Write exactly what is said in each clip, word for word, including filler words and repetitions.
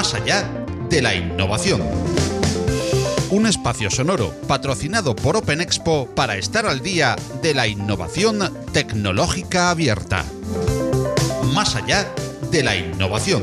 Más allá de la innovación. Un espacio sonoro patrocinado por Open Expo para estar al día de la innovación tecnológica abierta. Más allá de la innovación.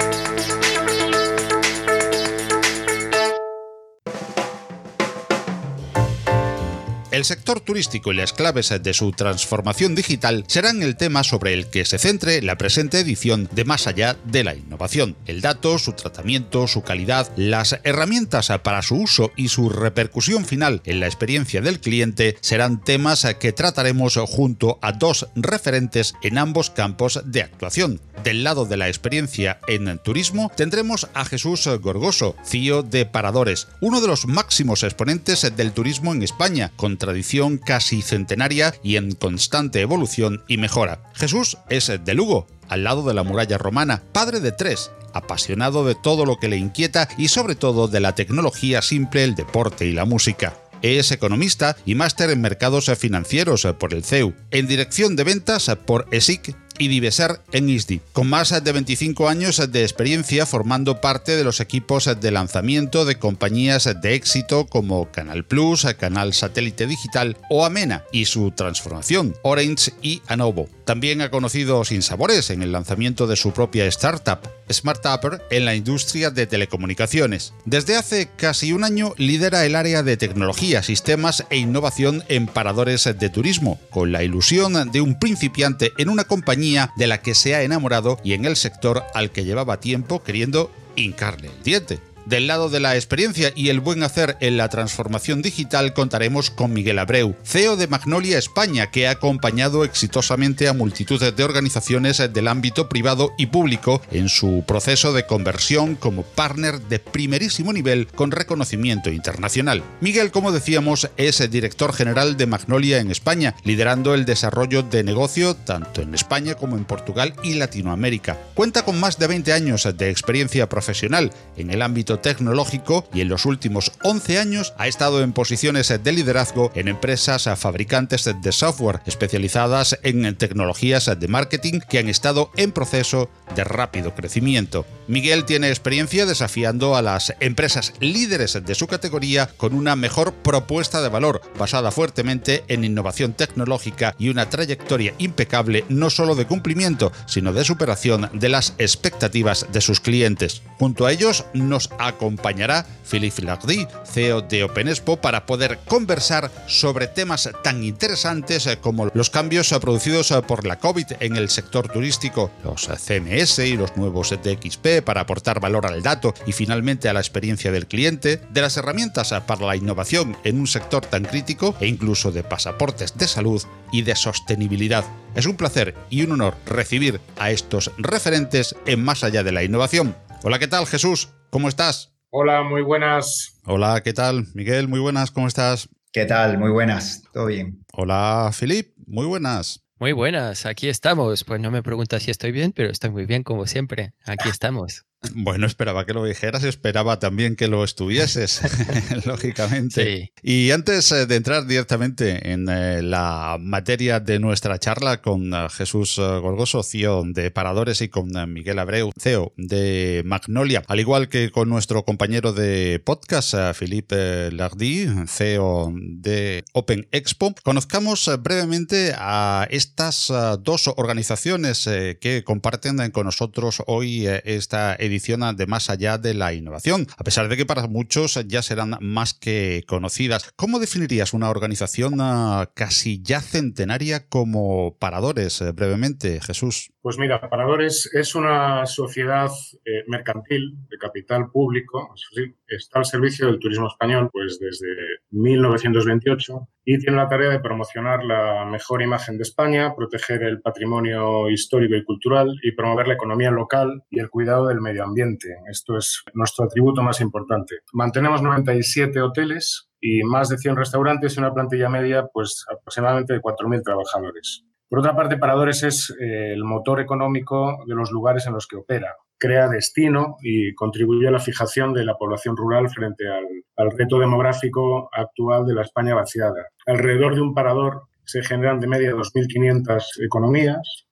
El sector turístico y las claves de su transformación digital serán el tema sobre el que se centre la presente edición de Más allá de la innovación. El dato, su tratamiento, su calidad, las herramientas para su uso y su repercusión final en la experiencia del cliente serán temas que trataremos junto a dos referentes en ambos campos de actuación. Del lado de la experiencia en turismo tendremos a Jesús Gorgoso, C E O de Paradores, uno de los máximos exponentes del turismo en España, con tradición casi centenaria y en constante evolución y mejora. Jesús es de Lugo, al lado de la muralla romana, padre de tres, apasionado de todo lo que le inquieta y sobre todo de la tecnología simple, el deporte y la música. Es economista y máster en mercados financieros por el C E U, en dirección de ventas por E S I C y Diveser en I S D I, con más de veinticinco años de experiencia formando parte de los equipos de lanzamiento de compañías de éxito como Canal Plus, Canal Satélite Digital o Amena y su transformación, Orange y Anovo. También ha conocido sinsabores en el lanzamiento de su propia startup, SmartUpper, en la industria de telecomunicaciones. Desde hace casi un año lidera el área de tecnología, sistemas e innovación en Paradores de Turismo, con la ilusión de un principiante en una compañía de la que se ha enamorado y en el sector al que llevaba tiempo queriendo hincarle el diente. Del lado de la experiencia y el buen hacer en la transformación digital contaremos con Miguel Abreu, C E O de Magnolia España, que ha acompañado exitosamente a multitud de organizaciones del ámbito privado y público en su proceso de conversión como partner de primerísimo nivel con reconocimiento internacional. Miguel, como decíamos, es director general de Magnolia en España, liderando el desarrollo de negocio tanto en España como en Portugal y Latinoamérica. Cuenta con más de veinte años de experiencia profesional en el ámbito tecnológico y en los últimos once años ha estado en posiciones de liderazgo en empresas fabricantes de software especializadas en tecnologías de marketing que han estado en proceso de rápido crecimiento. Miguel tiene experiencia desafiando a las empresas líderes de su categoría con una mejor propuesta de valor basada fuertemente en innovación tecnológica y una trayectoria impecable no solo de cumplimiento, sino de superación de las expectativas de sus clientes. Junto a ellos nos acompañará Philippe Lardy, C E O de Open Expo, para poder conversar sobre temas tan interesantes como los cambios producidos por la COVID en el sector turístico, los C M S y los nuevos D X P para aportar valor al dato y finalmente a la experiencia del cliente, de las herramientas para la innovación en un sector tan crítico e incluso de pasaportes de salud y de sostenibilidad. Es un placer y un honor recibir a estos referentes en Más allá de la innovación. Hola, ¿qué tal, Jesús? ¿Cómo estás? Hola, muy buenas. Hola, ¿qué tal? Miguel, muy buenas, ¿cómo estás? ¿Qué tal? Muy buenas, todo bien. Hola, Philippe, muy buenas. Muy buenas, aquí estamos. Pues no me preguntas si estoy bien, pero estoy muy bien como siempre. Aquí estamos. Bueno, esperaba que lo dijeras, esperaba también que lo estuvieses, lógicamente. Sí. Y antes de entrar directamente en eh, la materia de nuestra charla con uh, Jesús uh, Gorgoso, C E O de Paradores, y con uh, Miguel Abreu, C E O de Magnolia, al igual que con nuestro compañero de podcast, uh, Philippe Lardy, C E O de Open Expo, conozcamos uh, brevemente a estas uh, dos organizaciones uh, que comparten uh, con nosotros hoy uh, esta edición de Más allá de la innovación, a pesar de que para muchos ya serán más que conocidas. ¿Cómo definirías una organización uh, casi ya centenaria como Paradores, eh, brevemente, Jesús? Pues mira, Paradores es una sociedad eh, mercantil de capital público, es decir, está al servicio del turismo español pues desde mil novecientos veintiocho y tiene la tarea de promocionar la mejor imagen de España, proteger el patrimonio histórico y cultural y promover la economía local y el cuidado del medio ambiente. Esto es nuestro atributo más importante. Mantenemos noventa y siete hoteles y más de cien restaurantes y una plantilla media pues aproximadamente de cuatro mil trabajadores. Por otra parte, Paradores es eh, el motor económico de los lugares en los que opera. Crea destino y contribuye a la fijación de la población rural frente al, al reto demográfico actual de la España vaciada. Alrededor de un parador se generan de media dos mil quinientas economías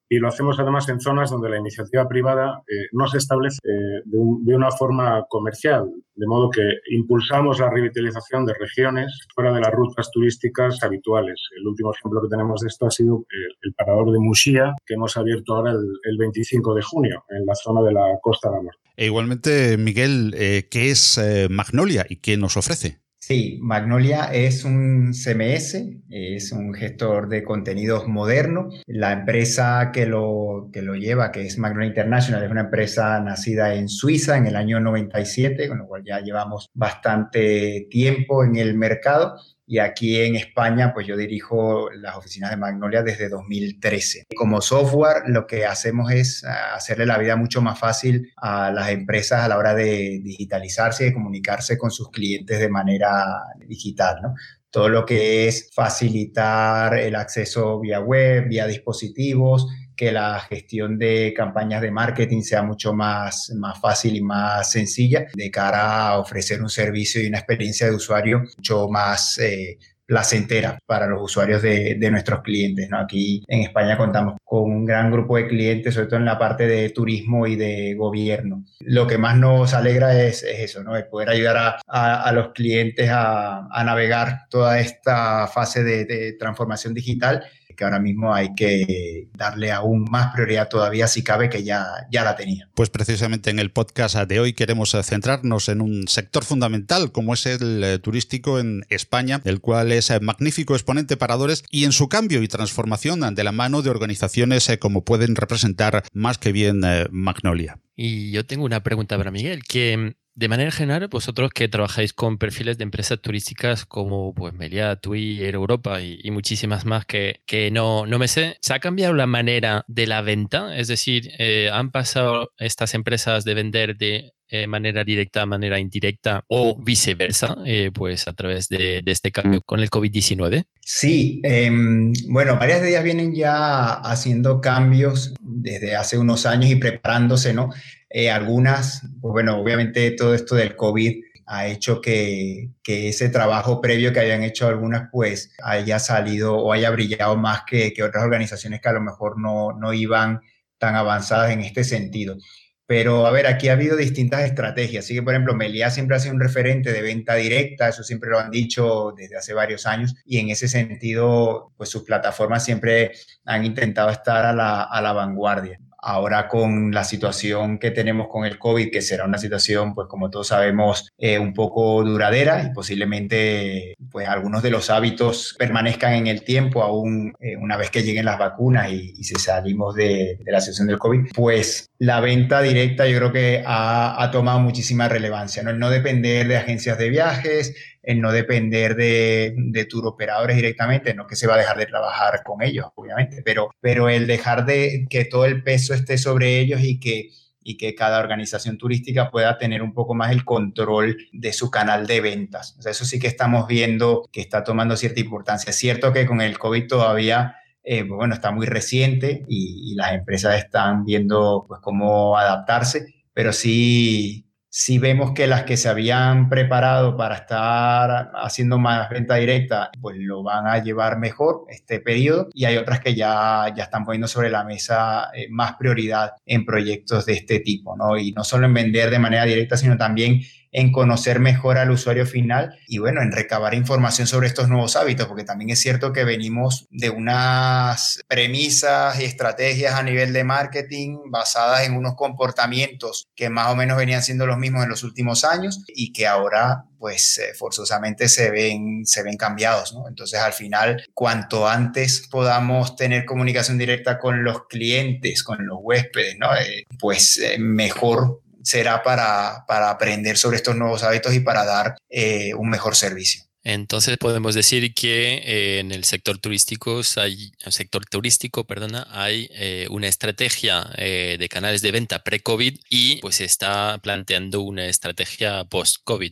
y lo hacemos además en zonas donde la iniciativa privada eh, no se establece eh, de, un, de una forma comercial, de modo que impulsamos la revitalización de regiones fuera de las rutas turísticas habituales. El último ejemplo que tenemos de esto ha sido el, el parador de Muxía, que hemos abierto ahora el, el veinticinco de junio en la zona de la Costa da Morte. E igualmente, Miguel, eh, ¿qué es eh, Magnolia y qué nos ofrece? Sí, Magnolia es un C M S, es un gestor de contenidos moderno. La empresa que lo, que lo lleva, que es Magnolia International, es una empresa nacida en Suiza en el año noventa y siete, con lo cual ya llevamos bastante tiempo en el mercado. Y aquí en España, pues yo dirijo las oficinas de Magnolia desde dos mil trece. Como software, lo que hacemos es hacerle la vida mucho más fácil a las empresas a la hora de digitalizarse y de comunicarse con sus clientes de manera digital, ¿no? Todo lo que es facilitar el acceso vía web, vía dispositivos, que la gestión de campañas de marketing sea mucho más, más fácil y más sencilla de cara a ofrecer un servicio y una experiencia de usuario mucho más eh, placentera para los usuarios de, de nuestros clientes, ¿no? Aquí en España contamos con un gran grupo de clientes, sobre todo en la parte de turismo y de gobierno. Lo que más nos alegra es, es eso, ¿no? El poder ayudar a, a, a los clientes a, a navegar toda esta fase de, de transformación digital, que ahora mismo hay que darle aún más prioridad todavía, si cabe, que ya, ya la tenía. Pues precisamente en el podcast de hoy queremos centrarnos en un sector fundamental como es el turístico en España, el cual es magnífico exponente paradores y en su cambio y transformación de la mano de organizaciones como pueden representar más que bien Magnolia. Y yo tengo una pregunta para Miguel, que de manera general, vosotros que trabajáis con perfiles de empresas turísticas como pues Meliá, TUI, Air Europa y, y muchísimas más que, que no, no me sé, ¿se ha cambiado la manera de la venta? Es decir, eh, ¿han pasado estas empresas de vender de eh, manera directa a manera indirecta o viceversa, eh, pues a través de, de este cambio con el COVID diecinueve? Sí, eh, bueno, varias de ellas vienen ya haciendo cambios desde hace unos años y preparándose, ¿no? Eh, algunas, pues bueno, obviamente todo esto del COVID ha hecho que, que ese trabajo previo que hayan hecho algunas, pues haya salido o haya brillado más que, que otras organizaciones que a lo mejor no, no iban tan avanzadas en este sentido. Pero, a ver, aquí ha habido distintas estrategias. Así que, por ejemplo, Meliá siempre ha sido un referente de venta directa, eso siempre lo han dicho desde hace varios años, y en ese sentido, pues sus plataformas siempre han intentado estar a la, a la vanguardia. Ahora con la situación que tenemos con el COVID, que será una situación, pues como todos sabemos, eh, un poco duradera y posiblemente pues algunos de los hábitos permanezcan en el tiempo aún eh, una vez que lleguen las vacunas y, y si salimos de, de la situación del COVID, pues la venta directa yo creo que ha, ha tomado muchísima relevancia, ¿no? El no depender de agencias de viajes, el no depender de, de tour operadores directamente, no que se va a dejar de trabajar con ellos, obviamente, pero, pero el dejar de que todo el peso esté sobre ellos y que, y que cada organización turística pueda tener un poco más el control de su canal de ventas. O sea, eso sí que estamos viendo que está tomando cierta importancia. Es cierto que con el COVID todavía Eh, pues bueno, está muy reciente y, y las empresas están viendo pues cómo adaptarse, pero sí, sí vemos que las que se habían preparado para estar haciendo más venta directa, pues lo van a llevar mejor este periodo, y hay otras que ya, ya están poniendo sobre la mesa eh, más prioridad en proyectos de este tipo, ¿no? Y no solo en vender de manera directa, sino también en conocer mejor al usuario final y bueno, en recabar información sobre estos nuevos hábitos, porque también es cierto que venimos de unas premisas y estrategias a nivel de marketing basadas en unos comportamientos que más o menos venían siendo los mismos en los últimos años y que ahora pues eh, forzosamente se ven, se ven cambiados, ¿no? Entonces al final, cuanto antes podamos tener comunicación directa con los clientes, con los huéspedes, ¿no? Eh, pues eh, mejor será para, para aprender sobre estos nuevos hábitos y para dar eh, un mejor servicio. Entonces podemos decir que eh, en el sector turístico hay, el sector turístico, perdona, hay eh, una estrategia eh, de canales de venta pre-COVID y pues se está planteando una estrategia post-COVID, ¿no?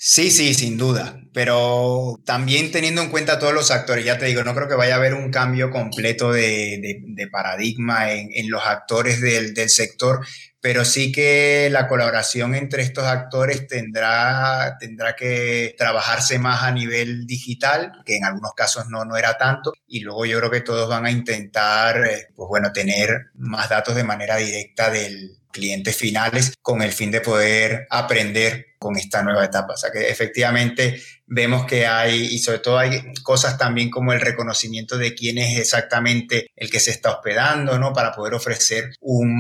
Sí, sí, sin duda, pero también teniendo en cuenta todos los actores, ya te digo, no creo que vaya a haber un cambio completo de, de, de paradigma en, en los actores del, del sector, pero sí que la colaboración entre estos actores tendrá, tendrá que trabajarse más a nivel digital, que en algunos casos no, no era tanto, y luego yo creo que todos van a intentar, eh, pues bueno, tener más datos de manera directa del clientes finales con el fin de poder aprender con esta nueva etapa. O sea que efectivamente vemos que hay, y sobre todo hay cosas también como el reconocimiento de quién es exactamente el que se está hospedando, ¿no? Para poder ofrecer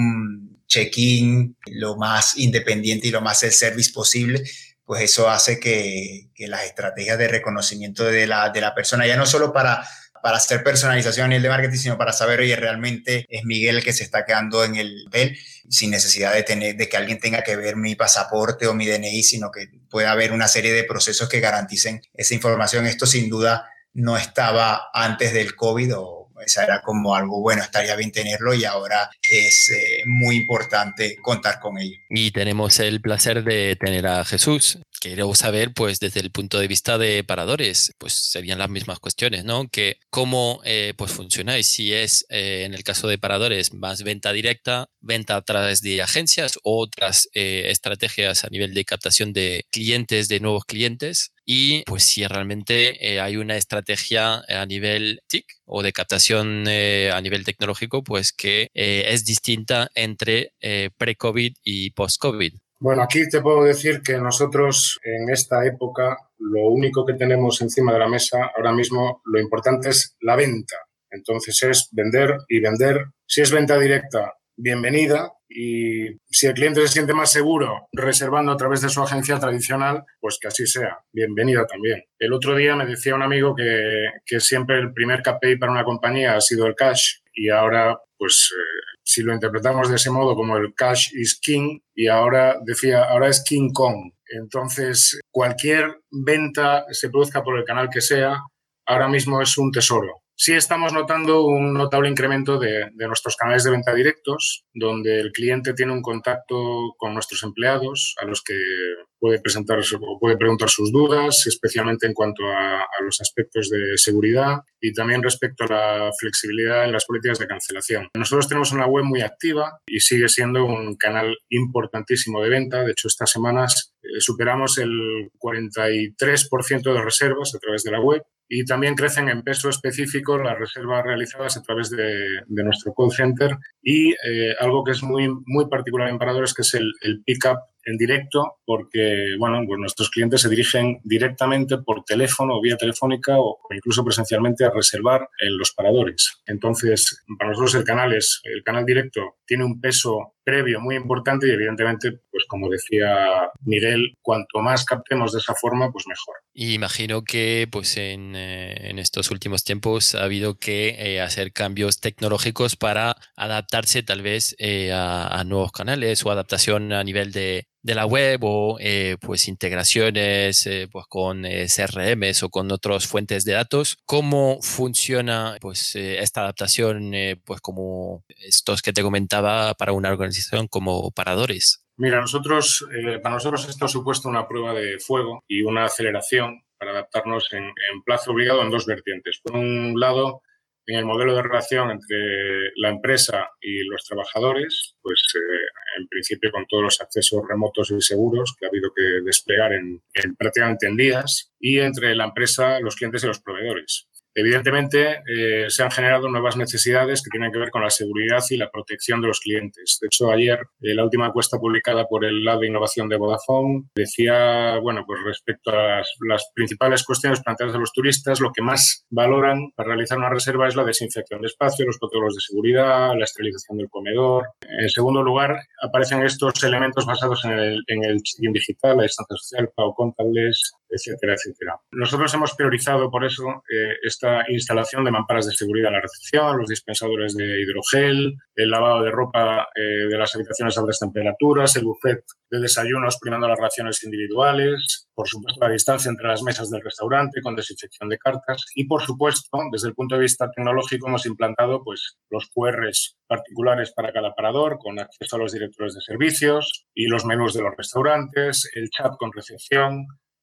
un check-in lo más independiente y lo más self-service posible, pues eso hace que, que las estrategias de reconocimiento de la, de la persona, ya no solo para para hacer personalización a nivel de marketing, sino para saber, oye, realmente es Miguel el que se está quedando en el hotel, sin necesidad de tener, de que alguien tenga que ver mi pasaporte o mi D N I, sino que pueda haber una serie de procesos que garanticen esa información. Esto sin duda no estaba antes del COVID, o esa era como algo bueno, estaría bien tenerlo, y ahora es eh, muy importante contar con ello. Y tenemos el placer de tener a Jesús. Quiero saber, pues, desde el punto de vista de paradores, pues serían las mismas cuestiones, ¿no? Que cómo eh, pues funcionáis, si es eh, en el caso de paradores más venta directa, venta a través de agencias o otras eh, estrategias a nivel de captación de clientes, de nuevos clientes, y pues si realmente eh, hay una estrategia a nivel T I C o de captación eh, a nivel tecnológico, pues que eh, es distinta entre eh, pre-COVID y post-COVID. Bueno, aquí te puedo decir que nosotros en esta época lo único que tenemos encima de la mesa ahora mismo, lo importante es la venta. Entonces es vender y vender. Si es venta directa, bienvenida. Y si el cliente se siente más seguro reservando a través de su agencia tradicional, pues que así sea. Bienvenida también. El otro día me decía un amigo que, que siempre el primer K P I para una compañía ha sido el cash, y ahora pues... Eh, si lo interpretamos de ese modo como el cash is king, y ahora decía, ahora es King Kong. Entonces, cualquier venta se produzca por el canal que sea, ahora mismo es un tesoro. Sí estamos notando un notable incremento de, de nuestros canales de venta directos, donde el cliente tiene un contacto con nuestros empleados, a los que puede presentar o puede preguntar sus dudas, especialmente en cuanto a, a los aspectos de seguridad y también respecto a la flexibilidad en las políticas de cancelación. Nosotros tenemos una web muy activa y sigue siendo un canal importantísimo de venta. De hecho, estas semanas eh, superamos el cuarenta y tres por ciento de reservas a través de la web, y también crecen en peso específico las reservas realizadas a través de, de nuestro call center, y eh, algo que es muy, muy particular en Paradores, que es el, el pick-up en directo, porque bueno, pues nuestros clientes se dirigen directamente por teléfono o vía telefónica o incluso presencialmente a reservar en los paradores. Entonces, para nosotros el canal es el canal directo tiene un peso previo muy importante, y evidentemente, pues como decía Miguel, cuanto más captemos de esa forma, pues mejor. Y imagino que pues en, eh, en estos últimos tiempos ha habido que eh, hacer cambios tecnológicos para adaptarse tal vez eh, a, a nuevos canales, o adaptación a nivel de, de la web, o eh, pues integraciones eh, pues con eh, C R Ms o con otras fuentes de datos. ¿Cómo funciona pues eh, esta adaptación eh, pues como estos que te comentaba para una organización como Paradores? Mira, nosotros, eh, para nosotros esto ha supuesto una prueba de fuego y una aceleración para adaptarnos en, en plazo obligado en dos vertientes. Por un lado, en el modelo de relación entre la empresa y los trabajadores, pues eh, en principio con todos los accesos remotos y seguros que ha habido que desplegar en, en prácticamente en días, y entre la empresa, los clientes y los proveedores. Evidentemente, eh, se han generado nuevas necesidades que tienen que ver con la seguridad y la protección de los clientes. De hecho, ayer, eh, la última encuesta publicada por el Lab de Innovación de Vodafone decía, bueno, pues respecto a las, las principales cuestiones planteadas a los turistas, lo que más valoran para realizar una reserva es la desinfección de espacio, los protocolos de seguridad, la esterilización del comedor. En segundo lugar, aparecen estos elementos basados en el, en el check-in digital, la distancia social, pago contactless, etcétera, etcétera. Nosotros hemos priorizado por eso eh, esta instalación de mamparas de seguridad en la recepción, los dispensadores de hidrogel, el lavado de ropa eh, de las habitaciones a altas temperaturas, el buffet de desayunos primando las raciones individuales, por supuesto la distancia entre las mesas del restaurante con desinfección de cartas, y por supuesto desde el punto de vista tecnológico hemos implantado pues los Q Rs particulares para cada parador con acceso a los directores de servicios y los menús de los restaurantes, el chat con recepción,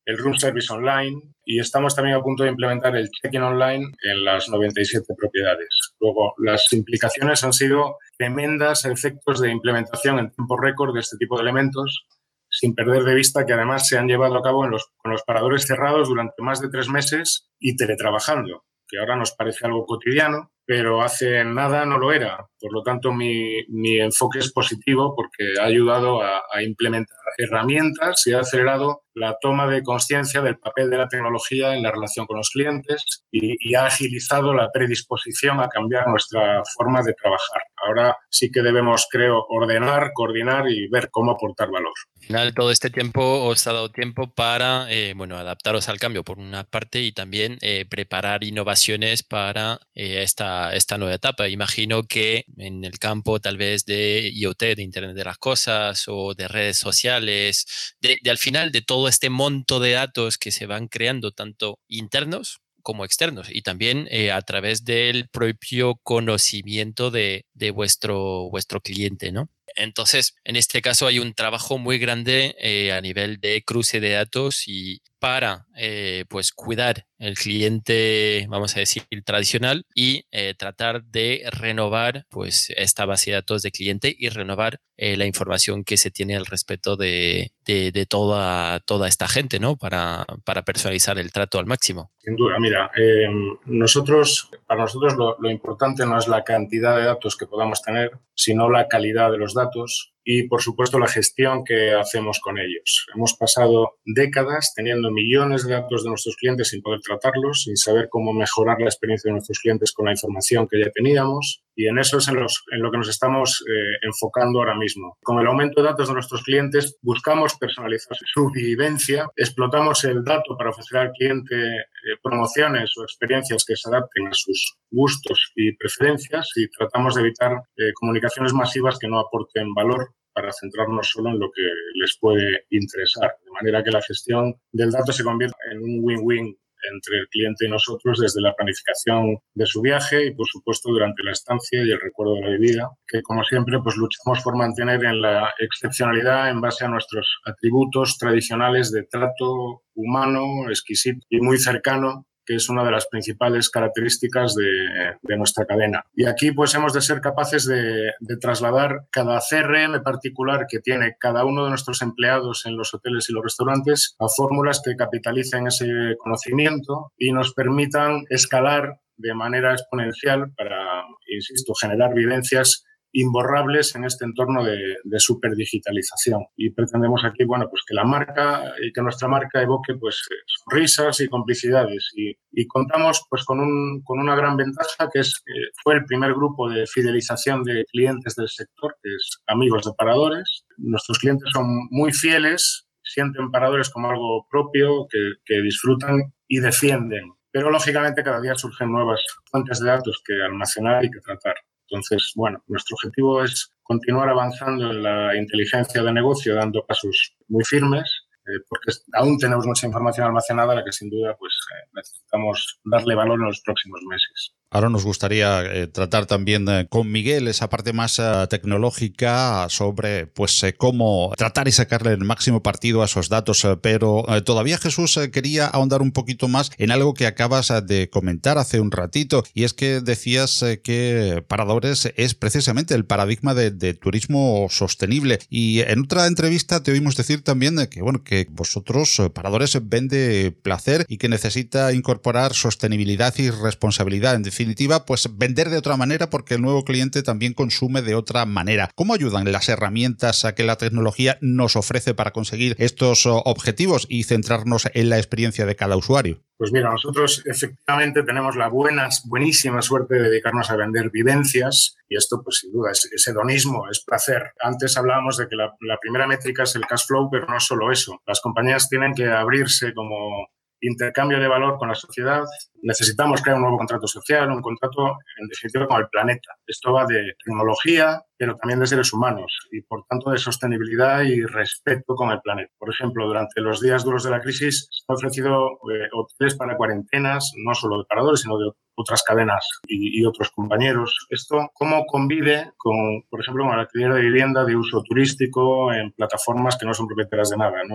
el room service online y estamos también a punto de implementar el check-in online en las noventa y siete propiedades. Luego, las implicaciones han sido tremendas a efectos de implementación en tiempo récord de este tipo de elementos, sin perder de vista que además se han llevado a cabo en los, con los paradores cerrados durante más de tres meses y teletrabajando, que ahora nos parece algo cotidiano, pero hace nada no lo era. Por lo tanto, mi, mi enfoque es positivo porque ha ayudado a, a implementar herramientas y ha acelerado la toma de conciencia del papel de la tecnología en la relación con los clientes y, y ha agilizado la predisposición a cambiar nuestra forma de trabajar. Ahora sí que debemos, creo, ordenar, coordinar y ver cómo aportar valor. Al final, todo este tiempo os ha dado tiempo para eh, bueno, adaptaros al cambio por una parte y también eh, preparar innovaciones para eh, esta, esta nueva etapa. Imagino que en el campo tal vez de I O T, de Internet de las Cosas o de redes sociales, de, de al final de todo este monto de datos que se van creando tanto internos como externos y también eh, a través del propio conocimiento de, de vuestro, vuestro cliente, ¿no? Entonces, en este caso hay un trabajo muy grande eh, a nivel de cruce de datos y para eh, pues cuidar el cliente, vamos a decir, tradicional y eh, tratar de renovar pues esta base de datos de cliente y renovar eh, la información que se tiene al respecto de, de, de toda, toda esta gente, ¿no? Para, para personalizar el trato al máximo. Sin duda, mira, eh, nosotros, para nosotros lo, lo importante no es la cantidad de datos que podamos tener, sino la calidad de los datos y, por supuesto, la gestión que hacemos con ellos. Hemos pasado décadas teniendo millones de datos de nuestros clientes sin poder tratarlos, sin saber cómo mejorar la experiencia de nuestros clientes con la información que ya teníamos y en eso es en, los, en lo que nos estamos eh, enfocando ahora mismo. Con el aumento de datos de nuestros clientes buscamos personalizar su vivencia, explotamos el dato para ofrecer al cliente eh, promociones o experiencias que se adapten a sus gustos y preferencias y tratamos de evitar eh, comunicaciones masivas que no aporten valor para centrarnos solo en lo que les puede interesar. De manera que la gestión del dato se convierte en un win-win entre el cliente y nosotros desde la planificación de su viaje y, por supuesto, durante la estancia y el recuerdo de la vivida, que, como siempre, pues luchamos por mantener en la excepcionalidad en base a nuestros atributos tradicionales de trato humano, exquisito y muy cercano, que es una de las principales características de, de nuestra cadena. Y aquí pues hemos de ser capaces de, de trasladar cada C R M particular que tiene cada uno de nuestros empleados en los hoteles y los restaurantes a fórmulas que capitalicen ese conocimiento y nos permitan escalar de manera exponencial para, insisto, generar vivencias imborrables en este entorno de, de superdigitalización. Y pretendemos aquí, bueno, pues que la marca y que nuestra marca evoque pues sonrisas y complicidades. Y, y contamos pues con, un, con una gran ventaja que es que fue el primer grupo de fidelización de clientes del sector, que es Amigos de Paradores. Nuestros clientes son muy fieles, sienten Paradores como algo propio, que, que disfrutan y defienden. Pero, lógicamente, cada día surgen nuevas fuentes de datos que almacenar y que tratar. Entonces, bueno, nuestro objetivo es continuar avanzando en la inteligencia de negocio, dando pasos muy firmes, eh, porque aún tenemos mucha información almacenada a la que sin duda pues, eh, necesitamos darle valor en los próximos meses. Ahora nos gustaría eh, tratar también eh, con Miguel esa parte más eh, tecnológica sobre pues eh, cómo tratar y sacarle el máximo partido a esos datos, eh, pero eh, todavía Jesús eh, quería ahondar un poquito más en algo que acabas eh, de comentar hace un ratito y es que decías eh, que Paradores es precisamente el paradigma de, de turismo sostenible y en otra entrevista te oímos decir también eh, que bueno que vosotros eh, Paradores vende placer y que necesita incorporar sostenibilidad y responsabilidad. En definitiva, pues vender de otra manera porque el nuevo cliente también consume de otra manera. ¿Cómo ayudan las herramientas a que la tecnología nos ofrece para conseguir estos objetivos y centrarnos en la experiencia de cada usuario? Pues mira, nosotros efectivamente tenemos la buena, buenísima suerte de dedicarnos a vender vivencias y esto pues sin duda es, es hedonismo, es placer. Antes hablábamos de que la, la primera métrica es el cash flow, pero no solo eso. Las compañías tienen que abrirse como intercambio de valor con la sociedad. Necesitamos crear un nuevo contrato social, un contrato en definitiva con el planeta. Esto va de tecnología, pero también de seres humanos y por tanto de sostenibilidad y respeto con el planeta. Por ejemplo, durante los días duros de la crisis se han ofrecido eh, hoteles para cuarentenas, no solo de Paradores, sino de otras cadenas y, y otros compañeros. Esto, ¿cómo convive con, por ejemplo, con la actividad de vivienda de uso turístico en plataformas que no son propietarias de nada? No es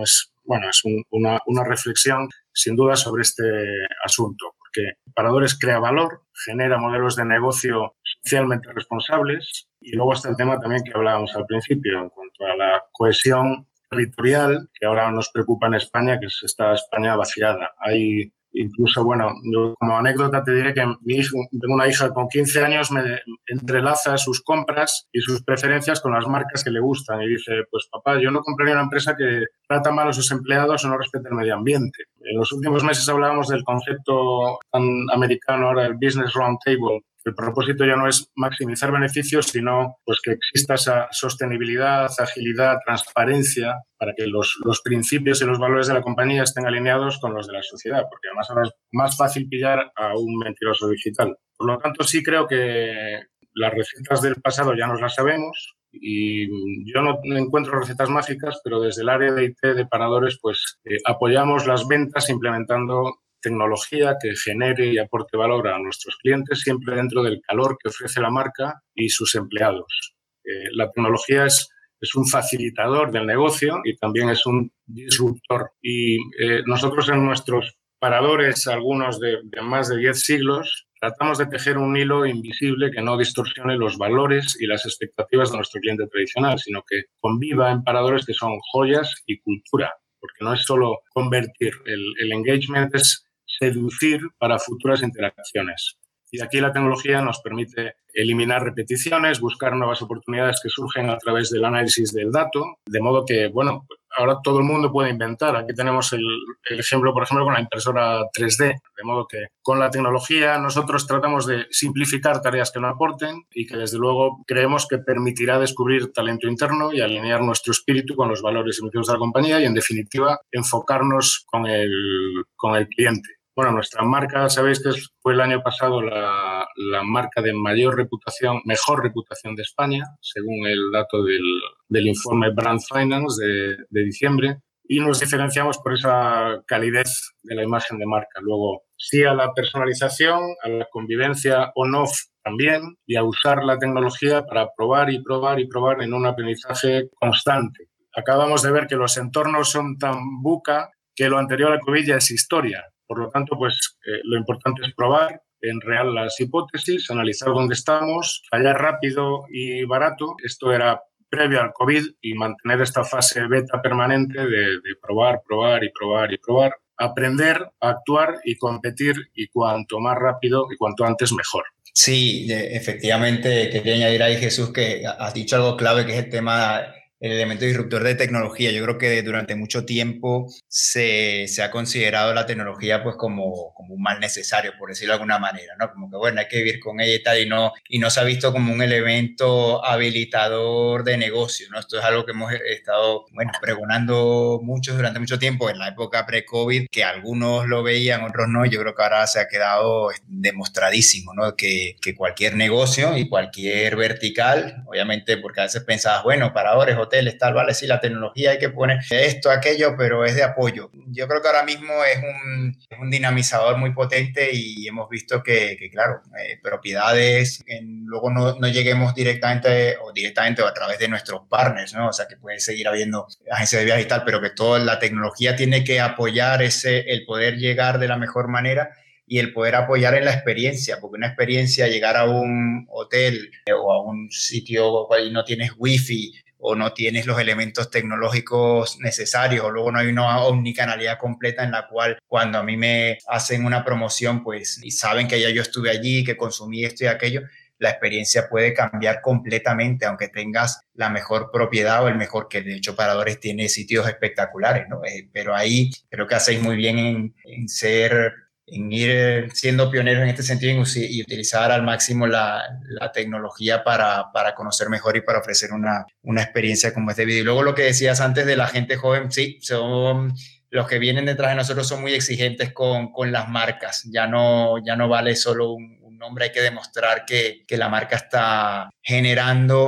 bueno, es un, una, una reflexión sin duda sobre este asunto, porque Paradores crea valor, genera modelos de negocio socialmente responsables y luego está el tema también que hablábamos al principio en cuanto a la cohesión territorial que ahora nos preocupa en España, que es esta España vaciada. Hay incluso, bueno, yo como anécdota te diré que mi hijo, tengo una hija con quince años, me entrelaza sus compras y sus preferencias con las marcas que le gustan y dice, pues papá, yo no compraría una empresa que trata mal a sus empleados o no respeta el medio ambiente. En los últimos meses hablábamos del concepto tan americano ahora, el Business Roundtable. El propósito ya no es maximizar beneficios, sino pues, que exista esa sostenibilidad, agilidad, transparencia, para que los, los principios y los valores de la compañía estén alineados con los de la sociedad, porque además ahora es más fácil pillar a un mentiroso digital. Por lo tanto, sí creo que las recetas del pasado ya nos las sabemos y yo no encuentro recetas mágicas, pero desde el área de I T de Paradores pues eh, apoyamos las ventas implementando tecnología que genere y aporte valor a nuestros clientes siempre dentro del calor que ofrece la marca y sus empleados. Eh, la tecnología es, es un facilitador del negocio y también es un disruptor. Y eh, nosotros en nuestros Paradores, algunos de, de más de diez siglos, tratamos de tejer un hilo invisible que no distorsione los valores y las expectativas de nuestro cliente tradicional, sino que conviva en Paradores que son joyas y cultura, porque no es solo convertir, el, el engagement es seducir para futuras interacciones. Y aquí la tecnología nos permite eliminar repeticiones, buscar nuevas oportunidades que surgen a través del análisis del dato, de modo que, bueno, ahora todo el mundo puede inventar. Aquí tenemos el, el ejemplo, por ejemplo, con la impresora tres D, de modo que con la tecnología nosotros tratamos de simplificar tareas que no aporten y que, desde luego, creemos que permitirá descubrir talento interno y alinear nuestro espíritu con los valores y motivos de la compañía y, en definitiva, enfocarnos con el, con el cliente. Bueno, nuestra marca, sabéis que fue el año pasado la, la marca de mayor reputación, mejor reputación de España, según el dato del, del informe Brand Finance de, de diciembre, y nos diferenciamos por esa calidez de la imagen de marca. Luego, sí a la personalización, a la convivencia on-off también, y a usar la tecnología para probar y probar y probar en un aprendizaje constante. Acabamos de ver que los entornos son tan buca que lo anterior al COVID ya es historia. Por lo tanto, pues eh, lo importante es probar en real las hipótesis, analizar dónde estamos, fallar rápido y barato. Esto era previo al COVID y mantener esta fase beta permanente de, de probar, probar y probar y probar, aprender, actuar y competir, y cuanto más rápido y cuanto antes mejor. Sí, efectivamente, quería añadir ahí, Jesús, que has dicho algo clave, que es el tema, el elemento disruptor de tecnología. Yo creo que durante mucho tiempo se, se ha considerado la tecnología pues como, como un mal necesario, por decirlo de alguna manera, ¿no? Como que, bueno, hay que vivir con ella y tal, y no, y no se ha visto como un elemento habilitador de negocio, ¿no? Esto es algo que hemos estado, bueno, pregonando mucho durante mucho tiempo en la época pre-COVID, que algunos lo veían, otros no. Yo creo que ahora se ha quedado demostradísimo, ¿no? Que, que cualquier negocio y cualquier vertical, obviamente, porque a veces pensabas, bueno, Paradores, hoteles, tal, vale, sí, la tecnología hay que poner esto, aquello, pero es de apoyo. Yo creo que ahora mismo es un, es un dinamizador muy potente y hemos visto que, que claro, eh, propiedades, en, luego no, no lleguemos directamente o directamente o a través de nuestros partners, ¿no? O sea, que puede seguir habiendo agencias de viajes y tal, pero que toda la tecnología tiene que apoyar ese, el poder llegar de la mejor manera y el poder apoyar en la experiencia, porque una experiencia, llegar a un hotel o a un sitio y no tienes wifi o no tienes los elementos tecnológicos necesarios, o luego no hay una omnicanalidad completa en la cual cuando a mí me hacen una promoción, pues, y saben que ya yo estuve allí, que consumí esto y aquello, la experiencia puede cambiar completamente, aunque tengas la mejor propiedad o el mejor, que de hecho Paradores tiene sitios espectaculares, ¿no? Eh, pero ahí creo que hacéis muy bien en, en ser... en ir siendo pioneros en este sentido y utilizar al máximo la, la tecnología para, para conocer mejor y para ofrecer una, una experiencia como este video. Y luego lo que decías antes de la gente joven, sí, son los que vienen detrás de nosotros, son muy exigentes con, con las marcas. Ya no, ya no vale solo un, un nombre, hay que demostrar que, que la marca está generando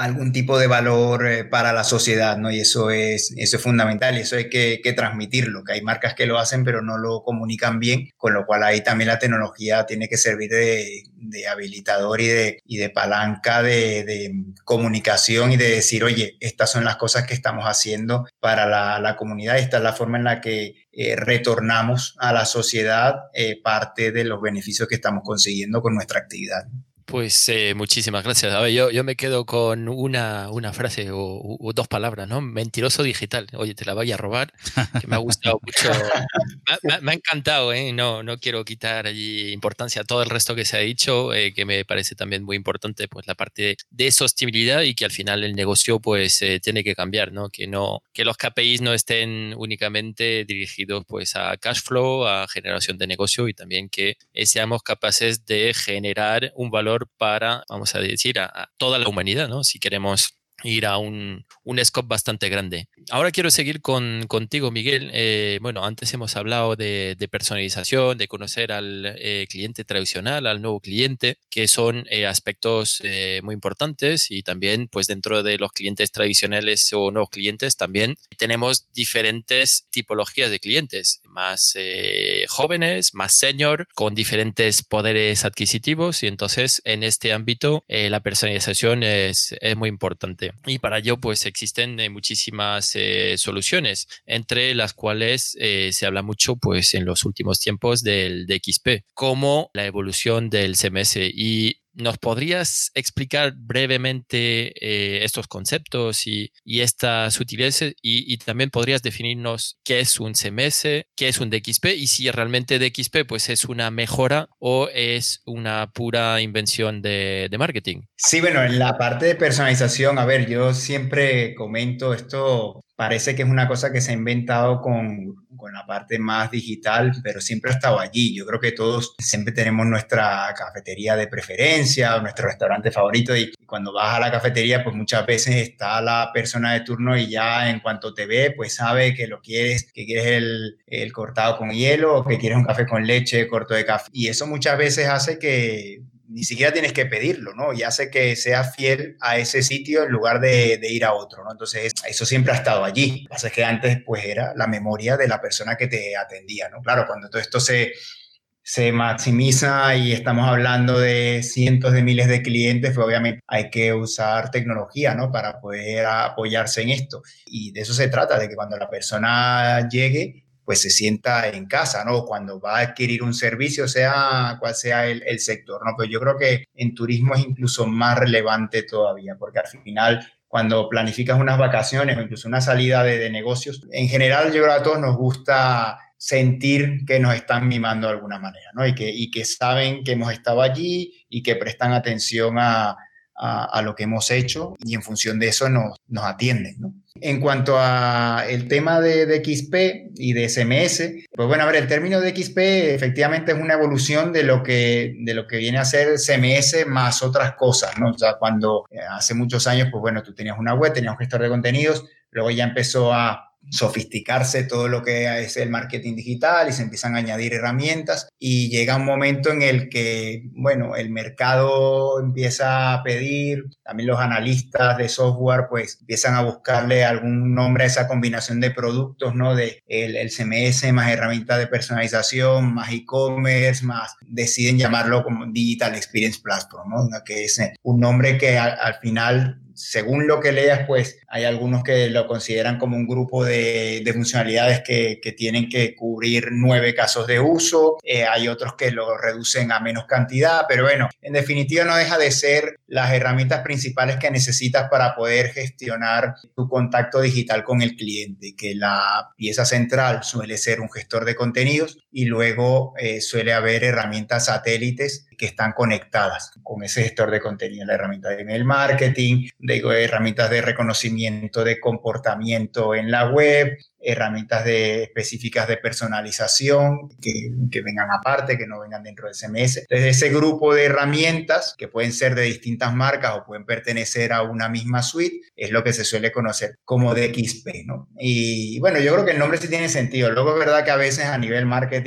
algún tipo de valor eh, para la sociedad, ¿no? Y eso es, eso es fundamental y eso hay que, que transmitirlo, que hay marcas que lo hacen pero no lo comunican bien, con lo cual ahí también la tecnología tiene que servir de, de habilitador y de, y de palanca de, de comunicación y de decir, oye, estas son las cosas que estamos haciendo para la, la comunidad y esta es la forma en la que eh, retornamos a la sociedad eh, parte de los beneficios que estamos consiguiendo con nuestra actividad. Pues eh, muchísimas gracias. A ver, yo, yo me quedo con una, una frase o, o dos palabras, ¿no? Mentiroso digital. Oye, te la voy a robar, que me ha gustado mucho. Me, me, me ha encantado, ¿eh? No, no quiero quitar allí importancia a todo el resto que se ha dicho, eh, que me parece también muy importante, pues la parte de sostenibilidad y que al final el negocio, pues, eh, tiene que cambiar, ¿no? Que no, que los K P Is no estén únicamente dirigidos, pues, a cash flow, a generación de negocio y también que eh, seamos capaces de generar un valor para, vamos a decir, a, a toda la humanidad, ¿no? Si queremos ir a un, un scope bastante grande. Ahora quiero seguir con, contigo, Miguel. Eh, bueno, antes hemos hablado de, de personalización, de conocer al eh, cliente tradicional, al nuevo cliente, que son eh, aspectos eh, muy importantes y también, pues dentro de los clientes tradicionales o nuevos clientes, también tenemos diferentes tipologías de clientes, más eh, jóvenes, más senior, con diferentes poderes adquisitivos y entonces en este ámbito eh, la personalización es, es muy importante. Y para ello, pues existen eh, muchísimas eh, soluciones, entre las cuales eh, se habla mucho, pues en los últimos tiempos del D X P, como la evolución del C M S. Y ¿nos podrías explicar brevemente eh, estos conceptos y, y estas sutilezas? Y, y también podrías definirnos qué es un C M S, qué es un D X P y si realmente D X P pues, es una mejora o es una pura invención de, de marketing. Sí, bueno, en la parte de personalización, a ver, yo siempre comento esto, parece que es una cosa que se ha inventado con, con la parte más digital, pero siempre ha estado allí. Yo creo que todos siempre tenemos nuestra cafetería de preferencia o nuestro restaurante favorito y cuando vas a la cafetería, pues muchas veces está la persona de turno y ya en cuanto te ve, pues sabe que lo quieres, que quieres el, el cortado con hielo o que quieres un café con leche, corto de café. Y eso muchas veces hace que ni siquiera tienes que pedirlo, ¿no? Y hace que seas fiel a ese sitio en lugar de, de ir a otro, ¿no? Entonces, eso siempre ha estado allí. Lo que pasa es que antes, pues, era la memoria de la persona que te atendía, ¿no? Claro, cuando todo esto se, se maximiza y estamos hablando de cientos de miles de clientes, pues, obviamente hay que usar tecnología, ¿no? Para poder apoyarse en esto. Y de eso se trata, de que cuando la persona llegue, pues se sienta en casa, ¿no? Cuando va a adquirir un servicio, sea cual sea el, el sector, ¿no? Pero yo creo que en turismo es incluso más relevante todavía, porque al final, cuando planificas unas vacaciones o incluso una salida de, de negocios, en general yo creo que a todos nos gusta sentir que nos están mimando de alguna manera, ¿no? Y que, y que saben que hemos estado allí y que prestan atención a, a, a lo que hemos hecho y en función de eso nos, nos atienden, ¿no? En cuanto a el tema de, de X P y de S M S, pues bueno, a ver, el término de X P efectivamente es una evolución de lo que, de lo que viene a ser C M S más otras cosas, ¿no? O sea, cuando eh, hace muchos años, pues bueno, tú tenías una web, tenías un gestor de contenidos, luego ya empezó a sofisticarse todo lo que es el marketing digital y se empiezan a añadir herramientas y llega un momento en el que, bueno, el mercado empieza a pedir, también los analistas de software pues empiezan a buscarle algún nombre a esa combinación de productos, ¿no? De el, el C M S más herramientas de personalización, más e-commerce, más deciden llamarlo como Digital Experience Platform, ¿no? Que es un nombre que al, al final, según lo que leas, pues hay algunos que lo consideran como un grupo de, de funcionalidades que, que tienen que cubrir nueve casos de uso, eh, hay otros que lo reducen a menos cantidad, pero bueno, en definitiva no deja de ser las herramientas principales que necesitas para poder gestionar tu contacto digital con el cliente, que la pieza central suele ser un gestor de contenidos y luego eh, suele haber herramientas satélites que están conectadas con ese gestor de contenido, la herramienta de email marketing, de herramientas de reconocimiento de comportamiento en la web, herramientas de, específicas de personalización que, que vengan aparte, que no vengan dentro del C M S. Entonces, ese grupo de herramientas que pueden ser de distintas marcas o pueden pertenecer a una misma suite es lo que se suele conocer como D X P, ¿no? Y bueno, yo creo que el nombre sí tiene sentido. Luego es verdad que a veces a nivel marketing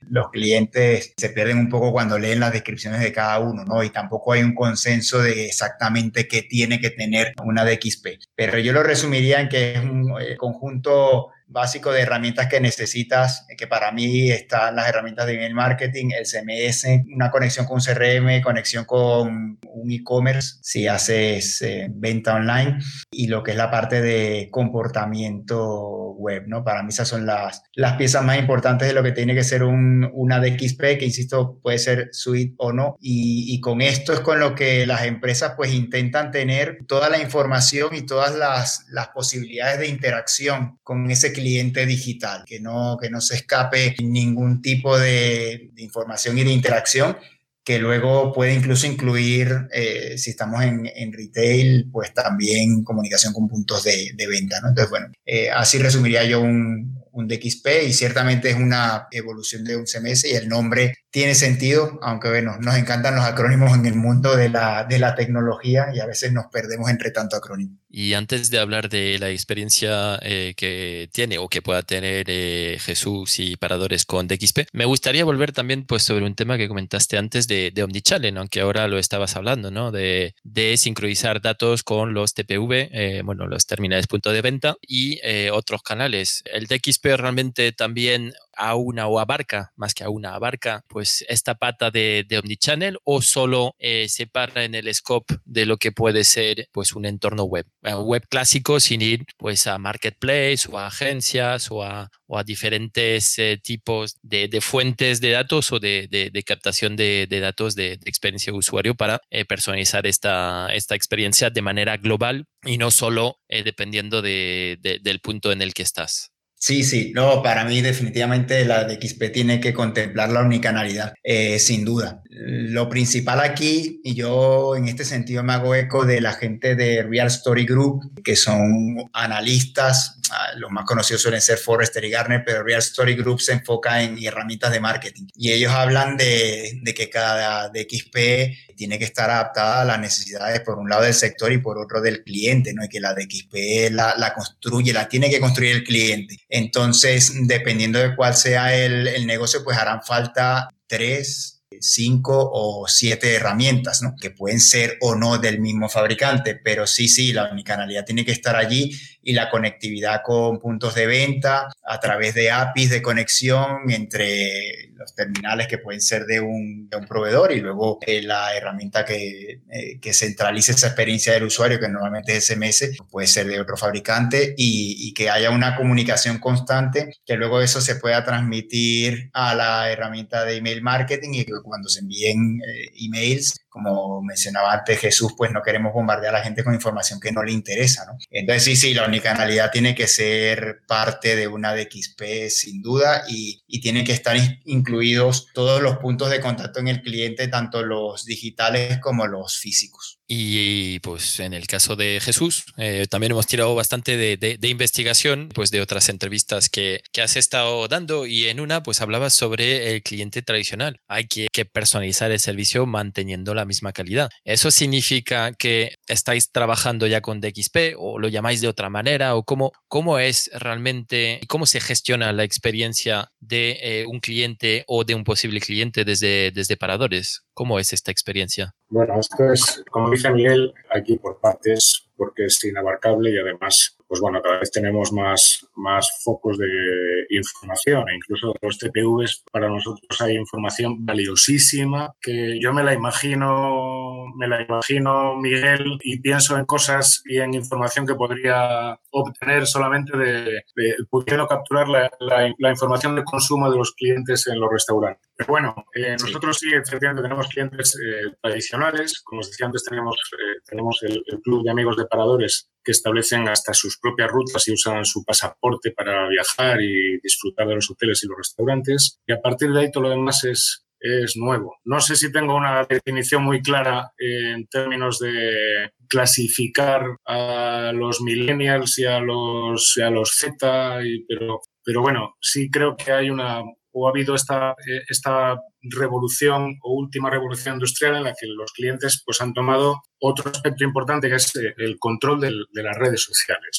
los clientes se pierden un poco cuando leen las descripciones de cada uno, ¿no? Y tampoco hay un consenso de exactamente qué tiene que tener una D X P. Pero yo lo resumiría en que es un eh, conjunto básico de herramientas que necesitas, que para mí están las herramientas de email marketing, el C M S, una conexión con un C R M, conexión con un e-commerce, si haces eh, venta online, y lo que es la parte de comportamiento web, ¿no? Para mí esas son las, las piezas más importantes de lo que tiene que ser un, una D X P, que insisto, puede ser suite o no, y, y con esto es con lo que las empresas pues intentan tener toda la información y todas las, las posibilidades de interacción con ese cliente cliente digital, que no, que no se escape ningún tipo de, de información y de interacción, que luego puede incluso incluir, eh, si estamos en, en retail, pues también comunicación con puntos de, de venta, ¿no? Entonces, bueno, eh, así resumiría yo un, un D X P, y ciertamente es una evolución de un C M S y el nombre tiene sentido, aunque bueno, nos encantan los acrónimos en el mundo de la, de la tecnología y a veces nos perdemos entre tanto acrónimo. Y antes de hablar de la experiencia eh, que tiene o que pueda tener eh, Jesús y Paradores con D X P, me gustaría volver también pues, sobre un tema que comentaste antes de, de Omnichannel, aunque ahora lo estabas hablando, ¿no? De, de sincronizar datos con los T P V, eh, bueno, los terminales punto de venta y eh, otros canales. El D X P realmente también aúna o abarca, más que aúna, abarca pues esta pata de, de Omnichannel, o solo eh, se para en el scope de lo que puede ser pues un entorno web, web clásico, sin ir pues a marketplace o a agencias o a, o a diferentes eh, tipos de, de fuentes de datos o de, de, de captación de, de datos de, de experiencia de usuario para eh, personalizar esta, esta experiencia de manera global y no solo eh, dependiendo de, de, del punto en el que estás. Sí, sí, no, para mí definitivamente la D X P tiene que contemplar la omnicanalidad, eh, sin duda. Lo principal aquí, y yo en este sentido me hago eco de la gente de Real Story Group, que son analistas, los más conocidos suelen ser Forrester y Gartner, pero Real Story Group se enfoca en herramientas de marketing. Y ellos hablan de, de que cada D X P tiene que estar adaptada a las necesidades, por un lado del sector y por otro del cliente, ¿no? Y que la D X P la, la construye, la tiene que construir el cliente. Entonces, dependiendo de cuál sea el, el negocio, pues harán falta tres, cinco o siete herramientas, ¿no? Que pueden ser o no del mismo fabricante, pero sí, sí, la omnicanalidad tiene que estar allí, y la conectividad con puntos de venta a través de A P Is de conexión entre los terminales que pueden ser de un, de un proveedor y luego eh, la herramienta que, eh, que centralice esa experiencia del usuario, que normalmente es S M S, puede ser de otro fabricante, y, y que haya una comunicación constante, que luego eso se pueda transmitir a la herramienta de email marketing, y que cuando se envíen eh, emails, como mencionaba antes Jesús, pues no queremos bombardear a la gente con información que no le interesa, ¿no? Entonces sí, sí, la omnicanalidad tiene que ser parte de una D X P sin duda, y, y tienen que estar incluidos todos los puntos de contacto en el cliente, tanto los digitales como los físicos. Y pues en el caso de Jesús, eh, también hemos tirado bastante de, de, de investigación, pues de otras entrevistas que, que has estado dando, y en una pues hablabas sobre el cliente tradicional. Hay que, que personalizar el servicio manteniendo la misma calidad. ¿Eso significa que estáis trabajando ya con D X P o lo llamáis de otra manera? ¿O cómo, cómo es realmente, cómo se gestiona la experiencia de eh, un cliente o de un posible cliente desde, desde Paradores? ¿Cómo es esta experiencia? Bueno, esto es, como dice Miguel, aquí por partes, porque es inabarcable, y además, pues bueno, cada vez tenemos más, más focos de información, e incluso los T P Vs para nosotros hay información valiosísima que yo me la imagino, me la imagino, Miguel, y pienso en cosas y en información que podría obtener solamente de, de pudiendo capturar la, la, la información de consumo de los clientes en los restaurantes. Pero bueno, eh, sí. Nosotros sí, efectivamente, tenemos clientes eh, tradicionales. Como os decía antes, tenemos, eh, tenemos el, el club de amigos de Paradores, que establecen hasta sus propias rutas y usan su pasaporte para viajar y disfrutar de los hoteles y los restaurantes. Y a partir de ahí todo lo demás es, es nuevo. No sé si tengo una definición muy clara eh, en términos de clasificar a los millennials y a los, y a los Z, y, pero, pero bueno, sí creo que hay una... o ha habido esta, esta revolución o última revolución industrial en la que los clientes pues, han tomado otro aspecto importante, que es el control del, de las redes sociales, ¿no?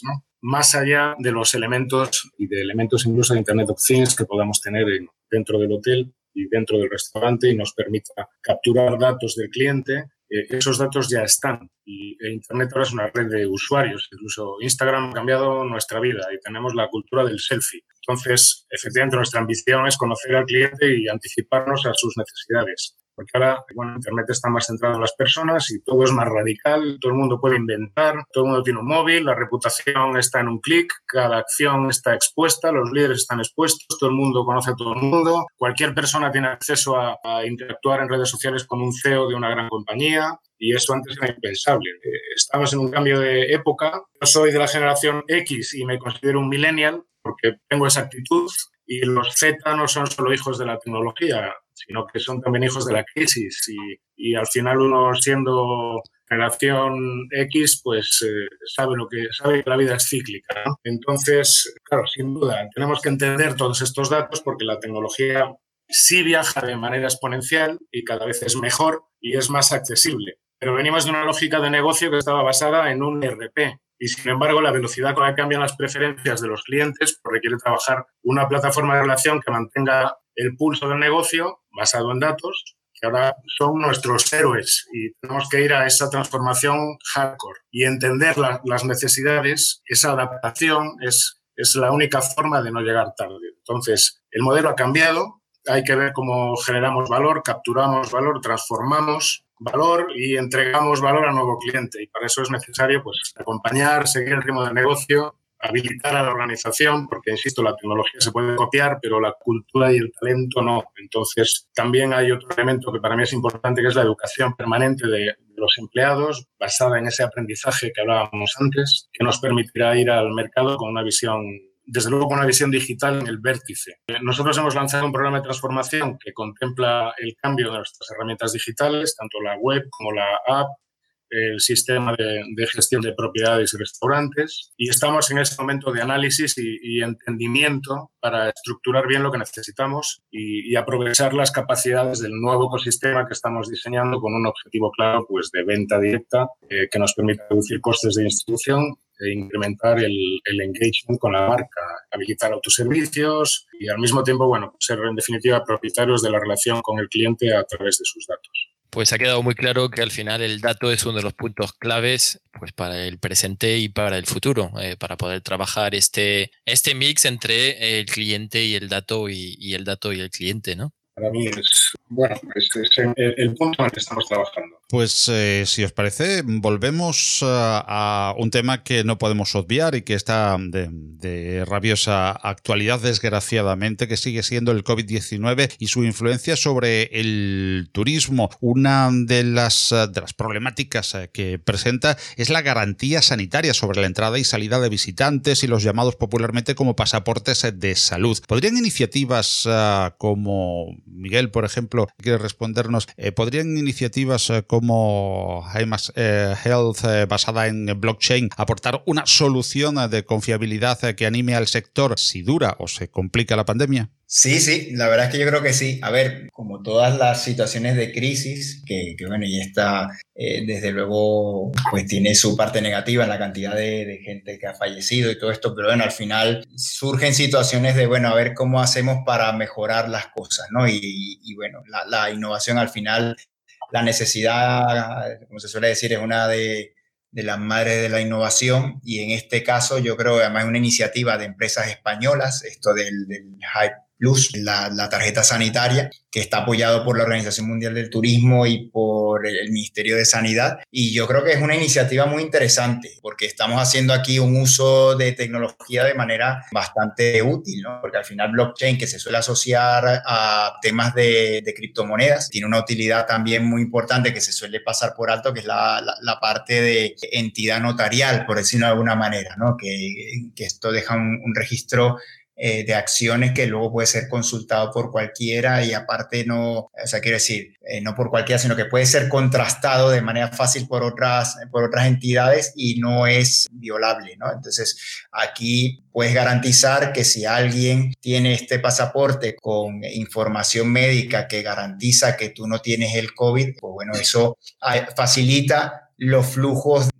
más allá de los elementos y de elementos incluso de Internet of Things que podamos tener en, dentro del hotel y dentro del restaurante y nos permita capturar datos del cliente. Eh, esos datos ya están y Internet ahora es una red de usuarios. Incluso Instagram ha cambiado nuestra vida y tenemos la cultura del selfie. Entonces, efectivamente, nuestra ambición es conocer al cliente y anticiparnos a sus necesidades. Porque ahora, bueno, Internet está más centrado en las personas y todo es más radical, todo el mundo puede inventar, todo el mundo tiene un móvil, la reputación está en un clic, cada acción está expuesta, los líderes están expuestos, todo el mundo conoce a todo el mundo, cualquier persona tiene acceso a, a interactuar en redes sociales con un C E O de una gran compañía y eso antes era impensable. Estamos en un cambio de época. Yo soy de la generación X y me considero un millennial porque tengo esa actitud y los Z no son solo hijos de la tecnología, sino que son también hijos de la crisis y, y al final uno siendo generación X pues eh, sabe lo que sabe que la vida es cíclica, ¿no? Entonces, claro, sin duda tenemos que entender todos estos datos porque la tecnología sí viaja de manera exponencial y cada vez es mejor y es más accesible, pero venimos de una lógica de negocio que estaba basada en un E R P. Y, sin embargo, la velocidad con la que cambian las preferencias de los clientes pues, requiere trabajar una plataforma de relación que mantenga el pulso del negocio basado en datos, que ahora son nuestros héroes y tenemos que ir a esa transformación hardcore y entender la, las necesidades. Esa adaptación es, es la única forma de no llegar tarde. Entonces, el modelo ha cambiado, hay que ver cómo generamos valor, capturamos valor, transformamos valor y entregamos valor al nuevo cliente. Y para eso es necesario pues, acompañar, seguir el ritmo del negocio, habilitar a la organización, porque, insisto, la tecnología se puede copiar, pero la cultura y el talento no. Entonces, también hay otro elemento que para mí es importante, que es la educación permanente de, de los empleados, basada en ese aprendizaje que hablábamos antes, que nos permitirá ir al mercado con una visión, desde luego con una visión digital en el vértice. Nosotros hemos lanzado un programa de transformación que contempla el cambio de nuestras herramientas digitales, tanto la web como la app, el sistema de, de gestión de propiedades y restaurantes, y estamos en ese momento de análisis y, y entendimiento para estructurar bien lo que necesitamos y, y aprovechar las capacidades del nuevo ecosistema que estamos diseñando con un objetivo claro pues, de venta directa eh, que nos permita reducir costes de distribución e incrementar el, el engagement con la marca, habilitar autoservicios y al mismo tiempo, bueno, ser en definitiva propietarios de la relación con el cliente a través de sus datos. Pues ha quedado muy claro que al final el dato es uno de los puntos claves pues, para el presente y para el futuro, eh, para poder trabajar este, este mix entre el cliente y el dato y, y el dato y el cliente, ¿no? Para mí es, bueno, es, es el, el punto en el que estamos trabajando. Pues eh, si os parece, volvemos uh, a un tema que no podemos obviar y que está de, de rabiosa actualidad, desgraciadamente, que sigue siendo el COVID diecinueve y su influencia sobre el turismo. Una de las, de las problemáticas que presenta es la garantía sanitaria sobre la entrada y salida de visitantes y los llamados popularmente como pasaportes de salud. ¿Podrían iniciativas uh, como Miguel, por ejemplo, quiere respondernos, eh, ¿podrían iniciativas eh, como Heimas eh, Health eh, basada en blockchain aportar una solución eh, de confiabilidad eh, que anime al sector si dura o se complica la pandemia? Sí, sí, la verdad es que yo creo que sí. A ver, como todas las situaciones de crisis, que, que bueno, y esta eh, desde luego pues tiene su parte negativa en la cantidad de, de gente que ha fallecido y todo esto, pero bueno, al final surgen situaciones de, bueno, a ver cómo hacemos para mejorar las cosas, ¿no? Y, y, y bueno, la, la innovación al final, la necesidad, como se suele decir, es una de, de las madres de la innovación y en este caso yo creo que además es una iniciativa de empresas españolas, esto del, del Hype Plus, la, la tarjeta sanitaria, que está apoyado por la Organización Mundial del Turismo y por el Ministerio de Sanidad. Y yo creo que es una iniciativa muy interesante porque estamos haciendo aquí un uso de tecnología de manera bastante útil, ¿no? Porque al final blockchain, que se suele asociar a temas de, de criptomonedas, tiene una utilidad también muy importante que se suele pasar por alto, que es la, la, la parte de entidad notarial, por decirlo de alguna manera, ¿no? Que, que esto deja un, un registro Eh, de acciones que luego puede ser consultado por cualquiera y aparte no, o sea, quiero decir, eh, no por cualquiera, sino que puede ser contrastado de manera fácil por otras, por otras entidades y no es violable, ¿no? Entonces, aquí puedes garantizar que si alguien tiene este pasaporte con información médica que garantiza que tú no tienes el COVID, pues bueno, eso facilita los flujos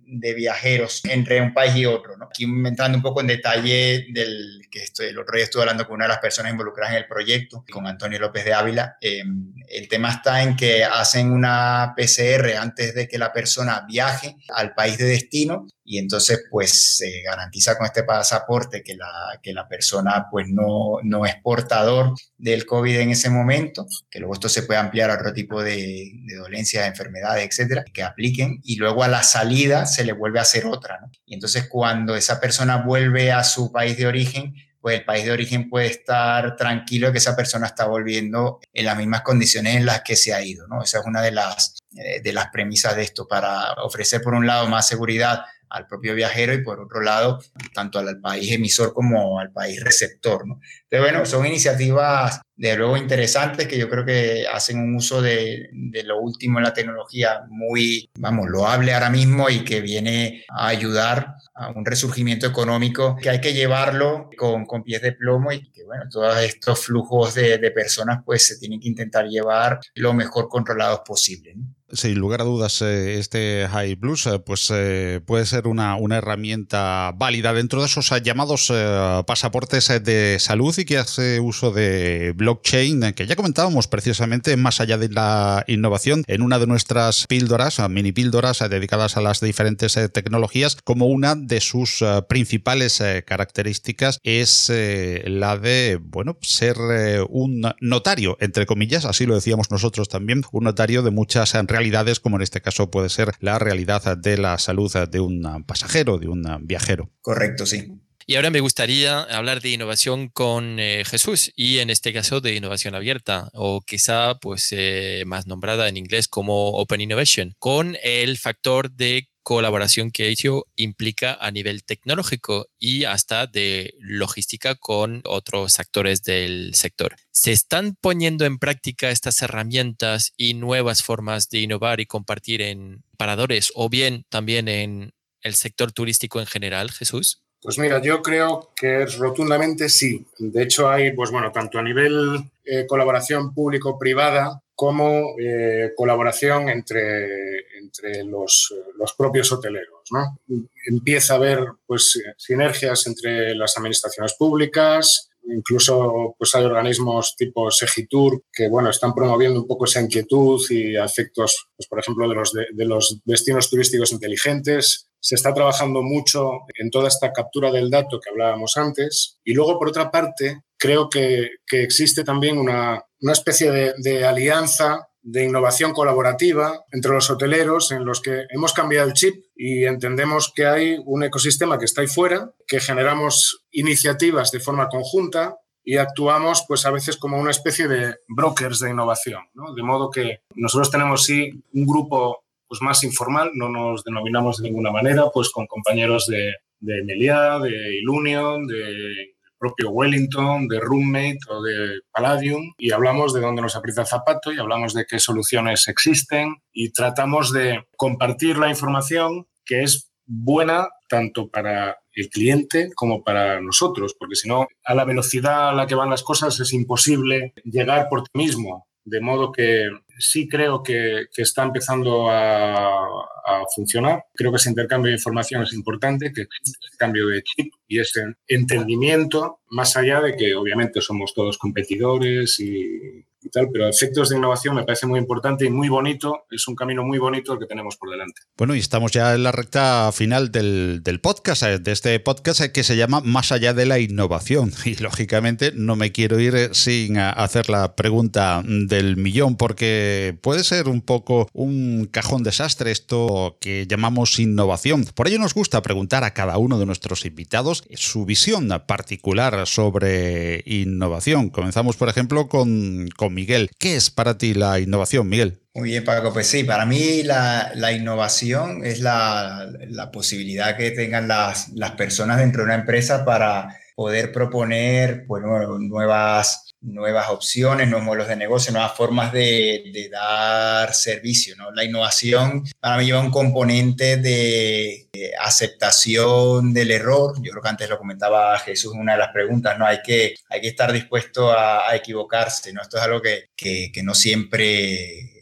de viajeros entre un país y otro, ¿no? Aquí entrando un poco en detalle del que estoy, el otro día estuve hablando con una de las personas involucradas en el proyecto, con Antonio López de Ávila. Eh, el tema está en que hacen una P C R antes de que la persona viaje al país de destino y entonces pues se garantiza con este pasaporte que la, que la persona pues no, no es portador del COVID en ese momento, que luego esto se puede ampliar a otro tipo de, de dolencias, enfermedades, etcétera, que apliquen, y luego a la salida se le vuelve a hacer otra, ¿no? Y entonces cuando esa persona vuelve a su país de origen, pues el país de origen puede estar tranquilo de que esa persona está volviendo en las mismas condiciones en las que se ha ido, ¿no? Esa es una de las, eh, de las premisas de esto, para ofrecer por un lado más seguridad al propio viajero y por otro lado tanto al país emisor como al país receptor, ¿no? Entonces, bueno, son iniciativas de luego interesantes que yo creo que hacen un uso de, de lo último en la tecnología muy, vamos, loable ahora mismo y que viene a ayudar a un resurgimiento económico que hay que llevarlo con, con pies de plomo y que, bueno, todos estos flujos de, de personas pues se tienen que intentar llevar lo mejor controlados posible, ¿no? Sin lugar a dudas, este Hi Plus pues, puede ser una, una herramienta válida dentro de esos llamados pasaportes de salud y que hace uso de blockchain, que ya comentábamos precisamente más allá de la innovación en una de nuestras píldoras, mini píldoras dedicadas a las diferentes tecnologías, como una de sus principales características es la de, bueno, ser un notario, entre comillas, así lo decíamos nosotros también, un notario de muchas realidades, como en este caso puede ser la realidad de la salud de un pasajero, de un viajero. Correcto, sí. Y ahora me gustaría hablar de innovación con eh, Jesús, y en este caso de innovación abierta, o quizá pues eh, más nombrada en inglés como Open Innovation, con el factor de colaboración que ello implica a nivel tecnológico y hasta de logística con otros actores del sector. ¿Se están poniendo en práctica estas herramientas y nuevas formas de innovar y compartir en paradores o bien también en el sector turístico en general, Jesús? Pues mira, yo creo que rotundamente sí. De hecho, hay, pues bueno, tanto a nivel eh, colaboración público-privada como eh, colaboración entre, entre los, los propios hoteleros, ¿no? Empieza a haber pues sinergias entre las administraciones públicas. Incluso pues hay organismos tipo Segitur que bueno, están promoviendo un poco esa inquietud y a efectos, pues, por ejemplo, de los, de, de los destinos turísticos inteligentes. Se está trabajando mucho en toda esta captura del dato que hablábamos antes. Y luego, por otra parte, creo que, que existe también una, una especie de, de alianza de innovación colaborativa entre los hoteleros en los que hemos cambiado el chip y entendemos que hay un ecosistema que está ahí fuera, que generamos iniciativas de forma conjunta y actuamos pues a veces como una especie de brokers de innovación, ¿no? De modo que nosotros tenemos sí un grupo pues más informal, no nos denominamos de ninguna manera, pues con compañeros de, de Meliá, de Ilunion, de propio Wellington, de Roommate o de Palladium, y hablamos de dónde nos aprieta el zapato y hablamos de qué soluciones existen y tratamos de compartir la información que es buena tanto para el cliente como para nosotros, porque si no, a la velocidad a la que van las cosas es imposible llegar por ti mismo. De modo que sí creo que, que está empezando a, a funcionar. Creo que ese intercambio de información es importante, que existe ese cambio de chip y ese entendimiento, más allá de que obviamente somos todos competidores y, y tal, pero a efectos de innovación me parece muy importante y muy bonito. Es un camino muy bonito el que tenemos por delante. Bueno, y estamos ya en la recta final del, del podcast, de este podcast que se llama Más allá de la innovación. Y lógicamente no me quiero ir sin hacer la pregunta del millón, porque puede ser un poco un cajón desastre esto que llamamos innovación. Por ello nos gusta preguntar a cada uno de nuestros invitados su visión particular sobre innovación. Comenzamos, por ejemplo, con, con Miguel. ¿Qué es para ti la innovación, Miguel? Muy bien, Paco. Pues sí, para mí la, la innovación es la, la posibilidad que tengan las, las personas dentro de una empresa para poder proponer pues, nuevas, nuevas opciones, nuevos modelos de negocio, nuevas formas de, de dar servicio, ¿no? La innovación para mí lleva un componente de, de aceptación del error. Yo creo que antes lo comentaba Jesús en una de las preguntas, ¿no? Hay que, hay que estar dispuesto a, a equivocarse, ¿no? Esto es algo que, que, que no siempre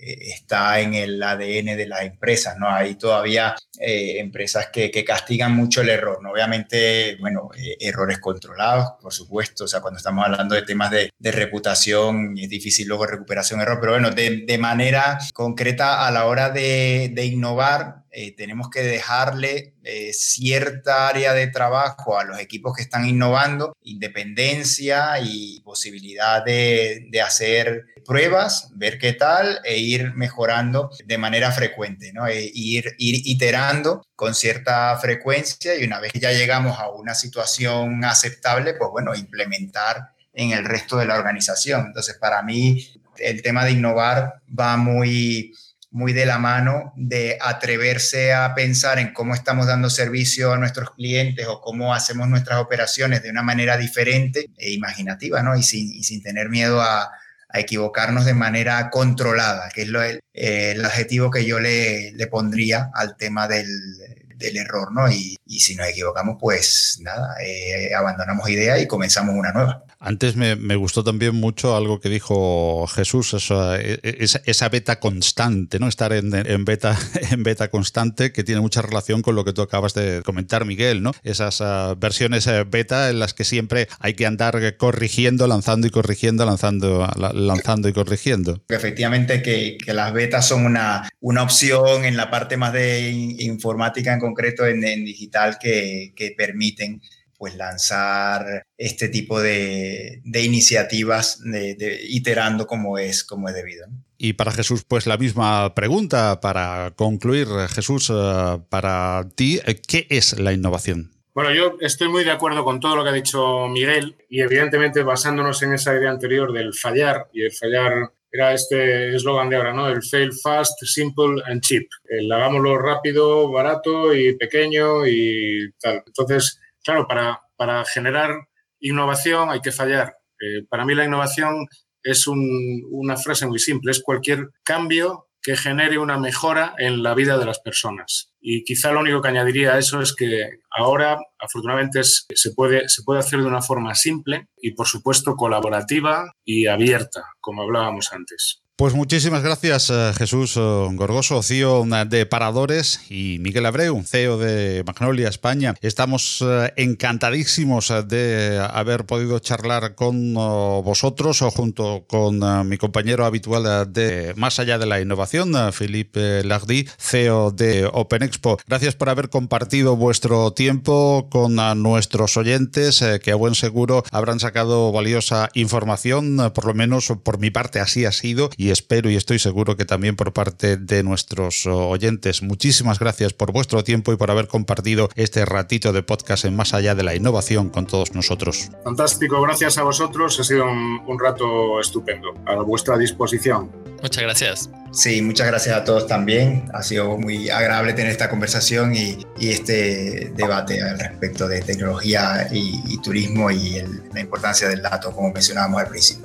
está en el A D N de las empresas, ¿no? Hay todavía eh, empresas que, que castigan mucho el error, ¿no? Obviamente, bueno, eh, errores controlados, por supuesto, o sea, cuando estamos hablando de temas de, de reputación es difícil luego recuperación error, pero bueno, de, de manera concreta a la hora de, de innovar, Eh, tenemos que dejarle eh, cierta área de trabajo a los equipos que están innovando, independencia y posibilidad de, de hacer pruebas, ver qué tal e ir mejorando de manera frecuente, ¿no? E ir, ir iterando con cierta frecuencia y una vez que ya llegamos a una situación aceptable, pues bueno, implementar en el resto de la organización. Entonces, para mí, el tema de innovar va muy... muy de la mano de atreverse a pensar en cómo estamos dando servicio a nuestros clientes o cómo hacemos nuestras operaciones de una manera diferente e imaginativa, ¿no? Y sin, y sin tener miedo a, a equivocarnos de manera controlada, que es lo, el, eh, el adjetivo que yo le, le pondría al tema del, del error, ¿no? Y, y si nos equivocamos, pues nada, eh, abandonamos idea y comenzamos una nueva. Antes me, me gustó también mucho algo que dijo Jesús, esa, esa, esa beta constante, ¿no? Estar en, en, beta, en beta constante, que tiene mucha relación con lo que tú acabas de comentar, Miguel, ¿no? Esas uh, versiones uh, beta en las que siempre hay que andar corrigiendo, lanzando y corrigiendo, lanzando, la, lanzando y corrigiendo. Efectivamente que, que las betas son una, una opción en la parte más de informática, en concreto en, en digital, que, que permiten pues lanzar este tipo de, de iniciativas de, de, iterando como es, como es debido, ¿no? Y para Jesús, pues la misma pregunta para concluir. Jesús, uh, para ti, ¿qué es la innovación? Bueno, yo estoy muy de acuerdo con todo lo que ha dicho Miguel y evidentemente basándonos en esa idea anterior del fallar, y el fallar era este eslogan de ahora, ¿no? El fail fast, simple and cheap. El hagámoslo rápido, barato y pequeño y tal. Entonces, claro, para, para generar innovación hay que fallar. Eh, para mí la innovación es un, una frase muy simple, es cualquier cambio que genere una mejora en la vida de las personas. Y quizá lo único que añadiría a eso es que ahora, afortunadamente, es, se, puede, se puede hacer de una forma simple y, por supuesto, colaborativa y abierta, como hablábamos antes. Pues muchísimas gracias, Jesús Gorgoso, C E O de Paradores, y Miguel Abreu, C E O de Magnolia España. Estamos encantadísimos de haber podido charlar con vosotros, junto con mi compañero habitual de Más Allá de la Innovación, Philippe Lardy, C E O de OpenExpo. Gracias por haber compartido vuestro tiempo con nuestros oyentes, que a buen seguro habrán sacado valiosa información, por lo menos por mi parte así ha sido, y espero y estoy seguro que también por parte de nuestros oyentes. Muchísimas gracias por vuestro tiempo y por haber compartido este ratito de podcast en Más Allá de la Innovación con todos nosotros. Fantástico, gracias a vosotros, ha sido un, un rato estupendo, a vuestra disposición. Muchas gracias. Sí, muchas gracias a todos también. Ha sido muy agradable tener esta conversación y, y este debate al respecto de tecnología y, y turismo y el, la importancia del dato, como mencionábamos al principio.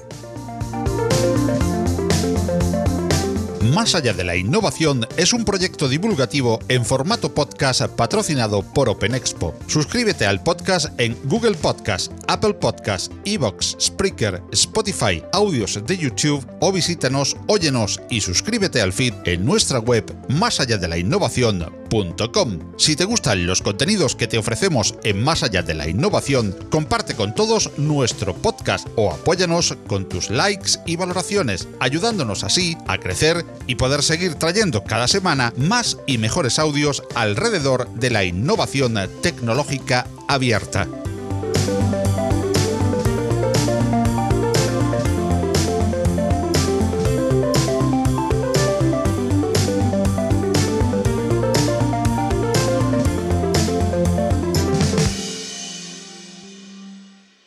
Más Allá de la Innovación es un proyecto divulgativo en formato podcast patrocinado por OpenExpo. Suscríbete al podcast en Google Podcast, Apple Podcast, iVoox, Spreaker, Spotify, audios de YouTube o visítanos, óyenos y suscríbete al feed en nuestra web más allá de la innovación punto com. Si te gustan los contenidos que te ofrecemos en Más Allá de la Innovación, comparte con todos nuestro podcast o apóyanos con tus likes y valoraciones, ayudándonos así a crecer y poder seguir trayendo cada semana más y mejores audios alrededor de la innovación tecnológica abierta.